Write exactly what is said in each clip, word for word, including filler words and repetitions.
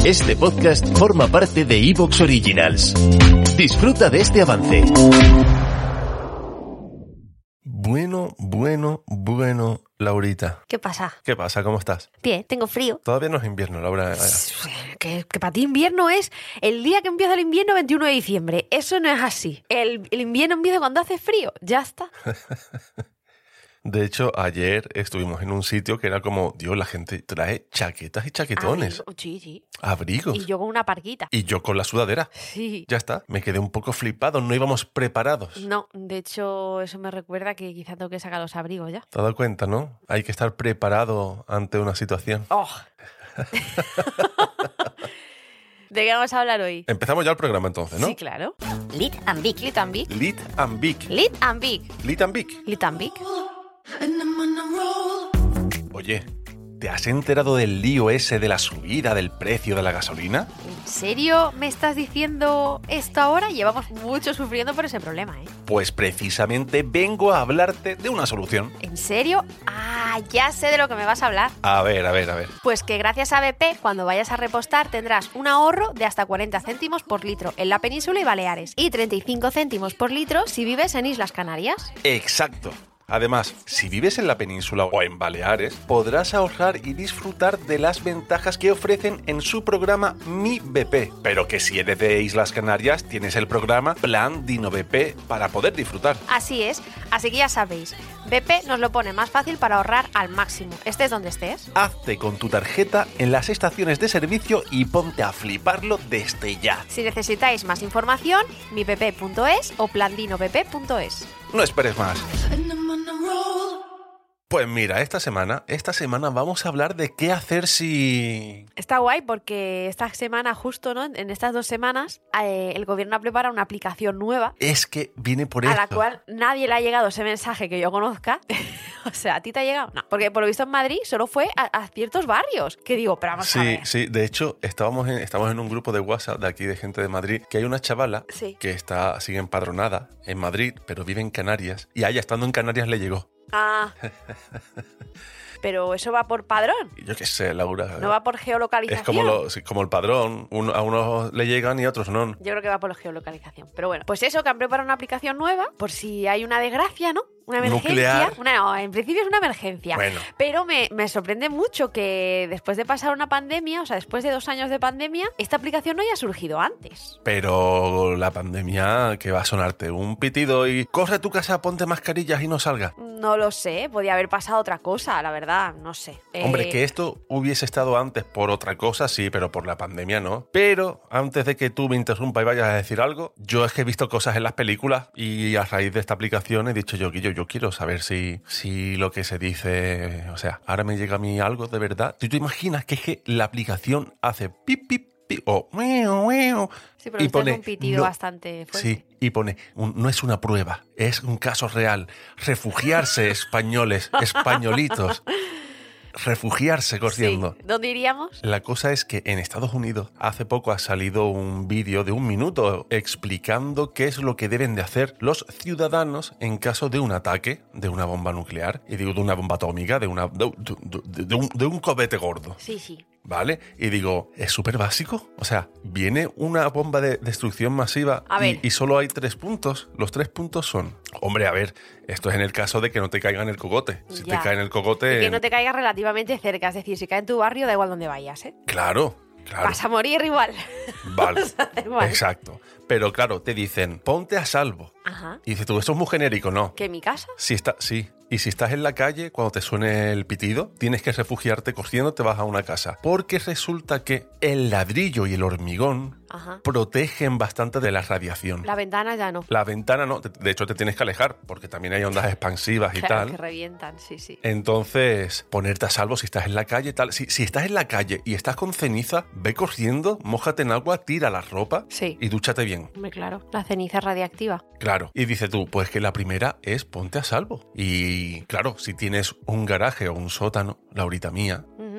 Este podcast forma parte de iVoox Originals. Disfruta de este avance. Bueno, bueno, bueno, Laurita. ¿Qué pasa? ¿Qué pasa? ¿Cómo estás? Bien, tengo frío. Todavía no es invierno, Laura. Que, que para ti invierno es el día que empieza el invierno, veintiuno de diciembre. Eso no es así. El, el invierno empieza cuando hace frío. Ya está. De hecho, ayer estuvimos en un sitio que era como, Dios, la gente trae chaquetas y chaquetones. Abrigo. Sí, sí. Abrigos. Y yo con una parquita. Y yo con la sudadera. Sí. Ya está. Me quedé un poco flipado. No íbamos preparados. No, de hecho, eso me recuerda que quizá tengo que sacar los abrigos ya. ¿Te has dado cuenta, no? Hay que estar preparado ante una situación. ¡Oh! ¿De qué vamos a hablar hoy? Empezamos ya el programa entonces, ¿no? Sí, claro. Lit and Big. Lit and Big. Lit and Big. Lit and Big. Lit and Big. Lit and Big. Oye, ¿te has enterado del lío ese de la subida del precio de la gasolina? ¿En serio me estás diciendo esto ahora? Llevamos mucho sufriendo por ese problema, ¿eh? Pues precisamente vengo a hablarte de una solución. ¿En serio? Ah, ya sé de lo que me vas a hablar. A ver, a ver, a ver. Pues que gracias a B P, cuando vayas a repostar tendrás un ahorro de hasta cuarenta céntimos por litro en la península y Baleares y treinta y cinco céntimos por litro si vives en Islas Canarias. Exacto. Además, si vives en la península o en Baleares, podrás ahorrar y disfrutar de las ventajas que ofrecen en su programa Mi B P. Pero que si eres de Islas Canarias, tienes el programa Plan Dino B P para poder disfrutar. Así es, así que ya sabéis, B P nos lo pone más fácil para ahorrar al máximo, estés donde estés. Hazte con tu tarjeta en las estaciones de servicio y ponte a fliparlo desde ya. Si necesitáis más información, mi b p punto es o plandino b p punto es. No esperes más. Pues mira, esta semana, esta semana vamos a hablar de qué hacer si... Está guay porque esta semana justo, ¿no? En estas dos semanas, eh, el gobierno ha preparado una aplicación nueva. Es que viene por a esto. A la cual nadie le ha llegado ese mensaje que yo conozca. O sea, ¿a ti te ha llegado? No, porque por lo visto en Madrid solo fue a, a ciertos barrios. Que digo, pero vamos sí, a ver. Sí, de hecho, estábamos en, estamos en un grupo de WhatsApp de aquí de gente de Madrid, que hay una chavala sí. que está, sigue empadronada en Madrid, pero vive en Canarias, y a ella estando en Canarias le llegó. Ah. Pero eso va por padrón. Yo qué sé, Laura. No va por geolocalización. Es como, lo, como el padrón. Uno, a unos le llegan y a otros no. Yo creo que va por la geolocalización. Pero bueno, pues eso, que han preparado una aplicación nueva por si hay una desgracia, ¿no? Una emergencia. Nuclear. Una, no, en principio es una emergencia. Bueno. Pero me, me sorprende mucho que después de pasar una pandemia, o sea, después de dos años de pandemia, esta aplicación no haya surgido antes. Pero la pandemia, que va a sonarte un pitido y corre a tu casa, ponte mascarillas y no salga. No lo sé, podía haber pasado otra cosa, la verdad, no sé. Hombre, eh... que esto hubiese estado antes por otra cosa, sí, pero por la pandemia no. Pero antes de que tú me interrumpas y vayas a decir algo, yo es que he visto cosas en las películas y a raíz de esta aplicación he dicho yo, Guillo, yo quiero saber si, si lo que se dice, o sea, ahora me llega a mí algo de verdad. ¿Tú te imaginas que es que la aplicación hace pip, pip, pip o weo, weo? Sí, pero y esto pone, es un pitido no, bastante fuerte. Sí, y pone, un, no es una prueba, es un caso real. Refugiarse, españoles, españolitos. Refugiarse corriendo. Sí. ¿Dónde iríamos? La cosa es que en Estados Unidos hace poco ha salido un vídeo de un minuto explicando qué es lo que deben de hacer los ciudadanos en caso de un ataque de una bomba nuclear. Y digo, de una bomba atómica, de, una, de, de, de, de, un, de un cohete gordo. Sí, sí. ¿Vale? Y digo, ¿es súper básico? O sea, viene una bomba de destrucción masiva y, y solo hay tres puntos. Los tres puntos son... Hombre, a ver, esto es en el caso de que no te caiga en el cogote. Si ya. te cae en el cogote... Y que no te caiga relativamente cerca. Es decir, si cae en tu barrio, da igual donde vayas, ¿eh? Claro, claro. Vas a morir igual. Vale, igual. Exacto. Pero claro, te dicen, ponte a salvo. Ajá. Y dices tú, esto es muy genérico, ¿no? ¿Que en mi casa? Si está, sí. Y si estás en la calle, cuando te suene el pitido, tienes que refugiarte corriendo, te vas a una casa. Porque resulta que el ladrillo y el hormigón Ajá. protegen bastante de la radiación. La ventana ya no. La ventana no. De hecho, te tienes que alejar, porque también hay ondas expansivas y claro, tal. que revientan, sí, sí. Entonces, ponerte a salvo si estás en la calle, tal. Si, si estás en la calle y estás con ceniza, ve corriendo, mójate en agua, tira la ropa sí. y dúchate bien. Hombre, claro. La ceniza es radiactiva. Claro. Y dice tú, pues que la primera es ponte a salvo. Y claro, si tienes un garaje o un sótano, Laurita mía, uh-huh.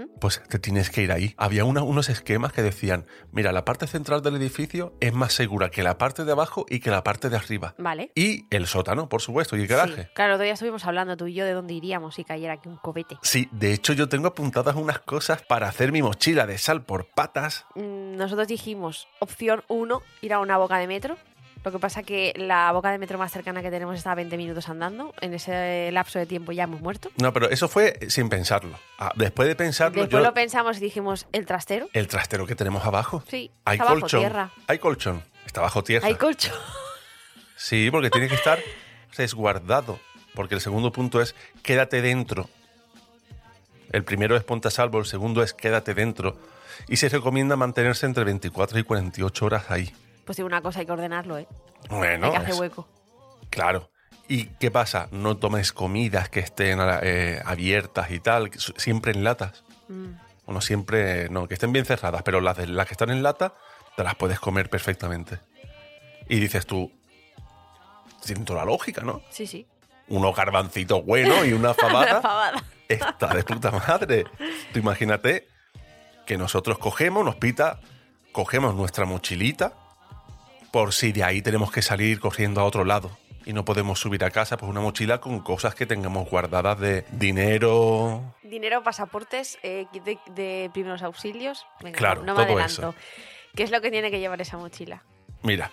Ujú. Pues te tienes que ir ahí. Había una- unos esquemas que decían, mira, la parte central del edificio es más segura que la parte de abajo y que la parte de arriba. Vale. Y el sótano, por supuesto, y el garaje. Sí. Claro, todavía estuvimos hablando tú y yo de dónde iríamos si cayera aquí un copete. Sí, de hecho yo tengo apuntadas unas cosas para hacer mi mochila de sal por patas. Mm, Nosotros dijimos, opción uno, ir a una boca de metro. Lo que pasa que la boca de metro más cercana que tenemos está a veinte minutos andando. En ese lapso de tiempo ya hemos muerto. No, pero eso fue sin pensarlo. Ah, después de pensarlo, Después yo... lo pensamos y dijimos, ¿el trastero? El trastero que tenemos abajo. Sí, Hay está bajo colchón. tierra. Hay colchón. Está bajo tierra. Hay colchón. Sí, porque tiene que estar resguardado. Porque el segundo punto es quédate dentro. El primero es ponte a salvo, el segundo es quédate dentro. Y se recomienda mantenerse entre veinticuatro y cuarenta y ocho horas ahí. Pues digo una cosa, hay que ordenarlo, ¿eh? Bueno, hay que hacer es- hueco. claro. ¿Y qué pasa? No tomes comidas que estén eh, abiertas y tal, que su- siempre en latas. Mm. Bueno, siempre, no, que estén bien cerradas, pero las, de, las que están en lata te las puedes comer perfectamente. Y dices tú, tiene toda la lógica, ¿no? Sí, sí. Unos garbancitos buenos y una fabada. Una pavada. Está de puta madre. Tú imagínate que nosotros cogemos, nos pita, cogemos nuestra mochilita, por si de ahí tenemos que salir corriendo a otro lado y no podemos subir a casa, pues una mochila con cosas que tengamos guardadas de dinero. Dinero, pasaportes, eh, kit de, de primeros auxilios. Venga, Claro, no, no me todo adelanto. eso. ¿Qué es lo que tiene que llevar esa mochila? Mira,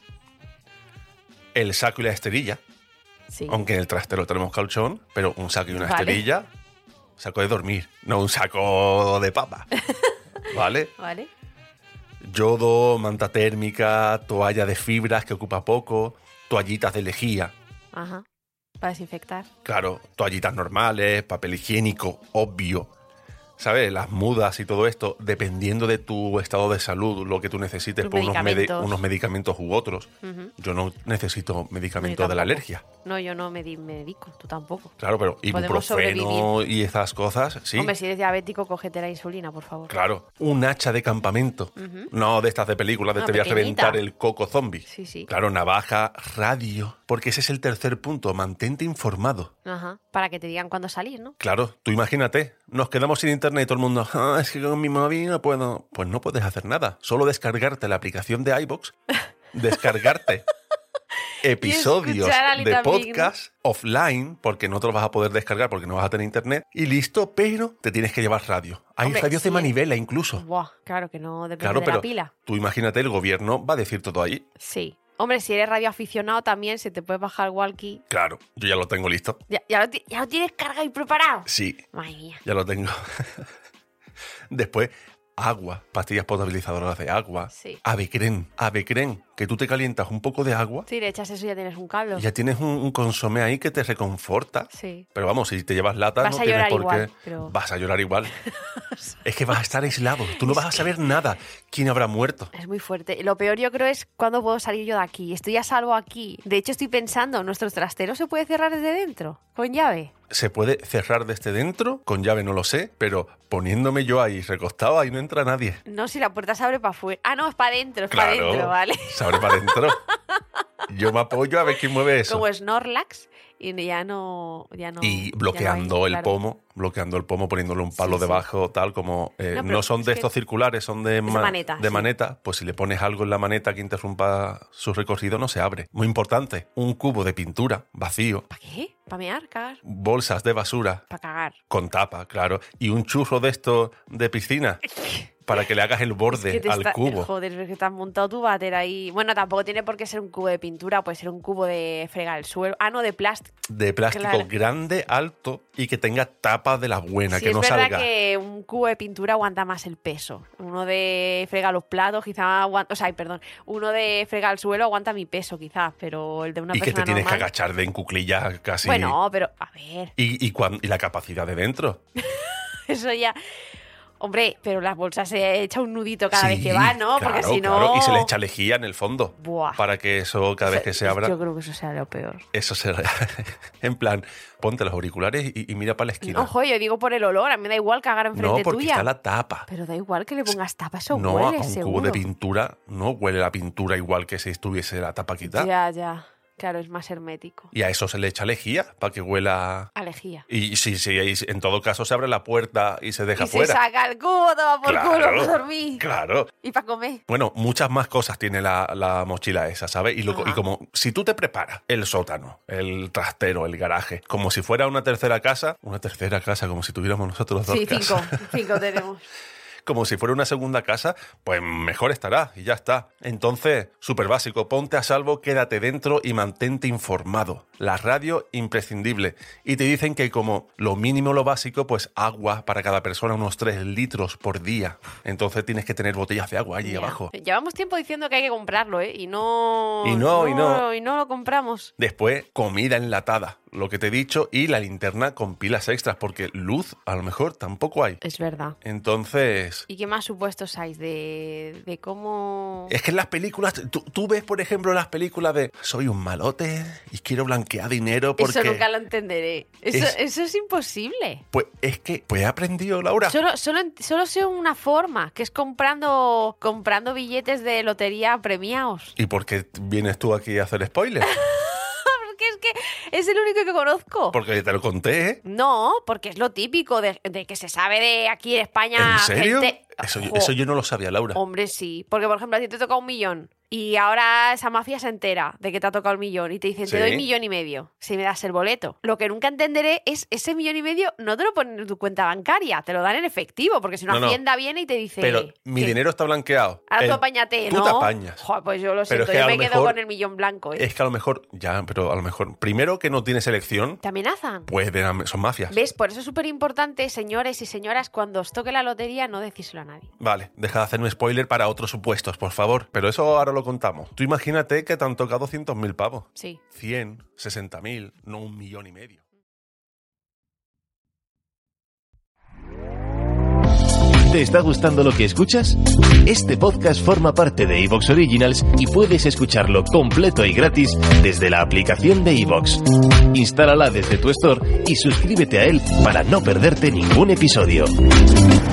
el saco y la esterilla, Sí. aunque en el trastero tenemos colchón, pero un saco y una Vale. esterilla, saco de dormir, no un saco de papa. ¿Vale? ¿Vale? Yodo, manta térmica, toalla de fibras que ocupa poco, toallitas de lejía. Ajá. Para desinfectar. Claro, toallitas normales, papel higiénico, obvio. ¿Sabes? Las mudas y todo esto, dependiendo de tu estado de salud, lo que tú necesites, Tus por unos, medi- medicamentos. unos medicamentos u otros. Ujú. Yo no necesito medicamento Yo de la tampoco. alergia. No, yo no me di- me dedico, tú tampoco. Claro, pero Podemos ibuprofeno y esas cosas, sí. Hombre, si eres diabético, cógete la insulina, por favor. Claro, un hacha de campamento. Ujú. No de estas de películas de No, te voy a pequeñita. reventar el coco zombie. Sí, sí. Claro, navaja, radio. Porque ese es el tercer punto, mantente informado. Ajá. Para que te digan cuándo salir, ¿no? Claro, tú imagínate, nos quedamos sin internet y todo el mundo, ah, es que con mi móvil no puedo. Pues no puedes hacer nada, solo descargarte la aplicación de iVoox, descargarte episodios escuchar a Ali de también, ¿no? podcast offline, porque no te los vas a poder descargar porque no vas a tener internet, y listo, pero te tienes que llevar radio. Hay Hombre, radios de sí. manivela incluso. Buah, claro que no depende Claro, de pero la pila. tú imagínate, el gobierno va a decir todo ahí. Sí. Hombre, si eres radioaficionado también se te puede bajar el walkie. Claro, yo ya lo tengo listo. ¿Ya, ya, lo, ti- ya lo tienes cargado y preparado? Sí, Madre mía. ya lo tengo. Después, agua, pastillas potabilizadoras de agua. Sí. Avecren, Avecren, que tú te calientas un poco de agua Si le echas eso ya tienes un caldo. y ya tienes un, un consomé ahí que te reconforta. Sí. Pero vamos, si te llevas lata, Vas no a tienes llorar por igual, qué. pero- Vas a llorar igual. Es que vas a estar aislado, tú no vas a saber nada. ¿Quién habrá muerto? Es muy fuerte. Lo peor yo creo es cuándo puedo salir yo de aquí. Estoy a salvo aquí. De hecho, estoy pensando, ¿nuestro trastero se puede cerrar desde dentro? ¿Con llave? Se puede cerrar desde dentro, con llave no lo sé, pero poniéndome yo ahí recostado, ahí no entra nadie. No, si la puerta se abre para afuera. Ah, no, es para adentro, es para Claro, adentro, ¿vale? se abre para adentro. Yo me apoyo a ver quién mueve eso. Como Snorlax y ya no... Ya no Y ya no bloqueando hay, el claro. pomo, bloqueando el pomo, poniéndole un palo Sí, sí. debajo, tal como... eh, No, no, pero son es de que- estos circulares, son de, ma- maneta, de sí. maneta. Pues si le pones algo en la maneta que interrumpa su recorrido, no se abre. Muy importante, un cubo de pintura vacío, ¿Para qué? ¿Para mear? ¿Cagar? bolsas de basura Para cagar. con tapa, claro, y un churro de esto de piscina para que le hagas el borde Es que te al está- cubo. Joder, es que te has montado tu váter ahí. Bueno, tampoco tiene por qué ser un cubo de pintura, puede ser un cubo de fregar el suelo. Ah, no, de plástico. De plástico Claro. grande, alto y que tenga tapa de la buena, Sí, que es no verdad salga. que un cubo de pintura aguanta más el peso. Uno de fregar los platos, quizá aguanta. O sea, ay, perdón. Uno de fregar el suelo aguanta mi peso, quizás, pero el de una Y que te persona tienes que normal- agachar de en cuclillas casi. Bueno, pero a ver, Y, y, cuan- y la capacidad de dentro. eso ya. Hombre, pero las bolsas se echa un nudito cada Sí, vez que va, ¿no? Porque claro, si no. claro. Y se le echa lejía en el fondo. Buah. Para que eso, cada vez que se abra, Yo creo que eso sea lo peor. eso se... En plan, ponte los auriculares y, y mira para la esquina. Ojo, yo digo por el olor, a mí me da igual cagar enfrente no, porque tuya. está la tapa. Pero da igual que le pongas tapa, eso No, huele, a un seguro. cubo de pintura no huele la pintura igual que si estuviese la tapa quitada. Ya, ya. Claro, es más hermético. Y a eso se le echa lejía para que huela... A lejía. Y sí, sí, y en todo caso se abre la puerta y se deja y fuera. se saca el cubo, toma por Claro, culo, para dormir. Claro. Y para comer. Bueno, muchas más cosas tiene la, la mochila esa, ¿sabes? Y, lo, y como si tú te preparas el sótano, el trastero, el garaje, como si fuera una tercera casa, una tercera casa, como si tuviéramos nosotros dos sí, casas. Sí, cinco, cinco tenemos. Como si fuera una segunda casa, pues mejor estará y ya está. Entonces, súper básico, ponte a salvo, quédate dentro y mantente informado. La radio, imprescindible. Y te dicen que como lo mínimo, lo básico, pues agua para cada persona, unos tres litros por día. Entonces tienes que tener botellas de agua allí Ya. abajo. Llevamos tiempo diciendo que hay que comprarlo, ¿eh? Y no... Y no, y no. Y no lo compramos. Después, comida enlatada, lo que te he dicho, y la linterna con pilas extras, porque luz a lo mejor tampoco hay. Es verdad. Entonces... ¿Y qué más supuestos hay de, de cómo...? Es que en las películas, tú, tú ves, por ejemplo, las películas de soy un malote y quiero blanquear dinero porque... Eso nunca lo entenderé. Eso es, eso es imposible. Pues es que pues he aprendido, Laura. Solo, solo, solo sé una forma, que es comprando, comprando billetes de lotería premiados. ¿Y por qué vienes tú aquí a hacer spoilers? Porque es que es el único que conozco. Porque te lo conté, ¿eh? No, porque es lo típico de, de que se sabe de aquí en España. ¿En serio? Gente... Eso, Jo, eso yo no lo sabía, Laura. Hombre, sí. Porque, por ejemplo, a ti te toca un millón y ahora esa mafia se entera de que te ha tocado el millón y te dicen, te ¿Sí? doy un millón y medio si me das el boleto. Lo que nunca entenderé es ese millón y medio no te lo ponen en tu cuenta bancaria, te lo dan en efectivo, porque si una No, no. hacienda viene y te dice... Pero mi ¿qué? dinero está blanqueado. Ahora El- tú apáñate, tú ¿no? te apañas. Joder, pues yo lo Pero siento, es que yo a me lo quedo mejor- con el millón blanco, ¿eh? Es que a lo mejor, ya, pero a lo mejor, primero que no tienes elección, ¿Te amenazan? pues de la- son mafias. ¿Ves? Por eso es súper importante, señores y señoras, cuando os toque la lotería, no decírselo a nadie. Vale, deja de hacer un spoiler para otros supuestos, por favor. Pero eso ahora lo contamos. Tú imagínate que te han tocado doscientos mil pavos. Sí. cien, sesenta mil, no un millón y medio. ¿Te está gustando lo que escuchas? Este podcast forma parte de iVoox Originals y puedes escucharlo completo y gratis desde la aplicación de iVoox. Instálala desde tu store y suscríbete a él para no perderte ningún episodio.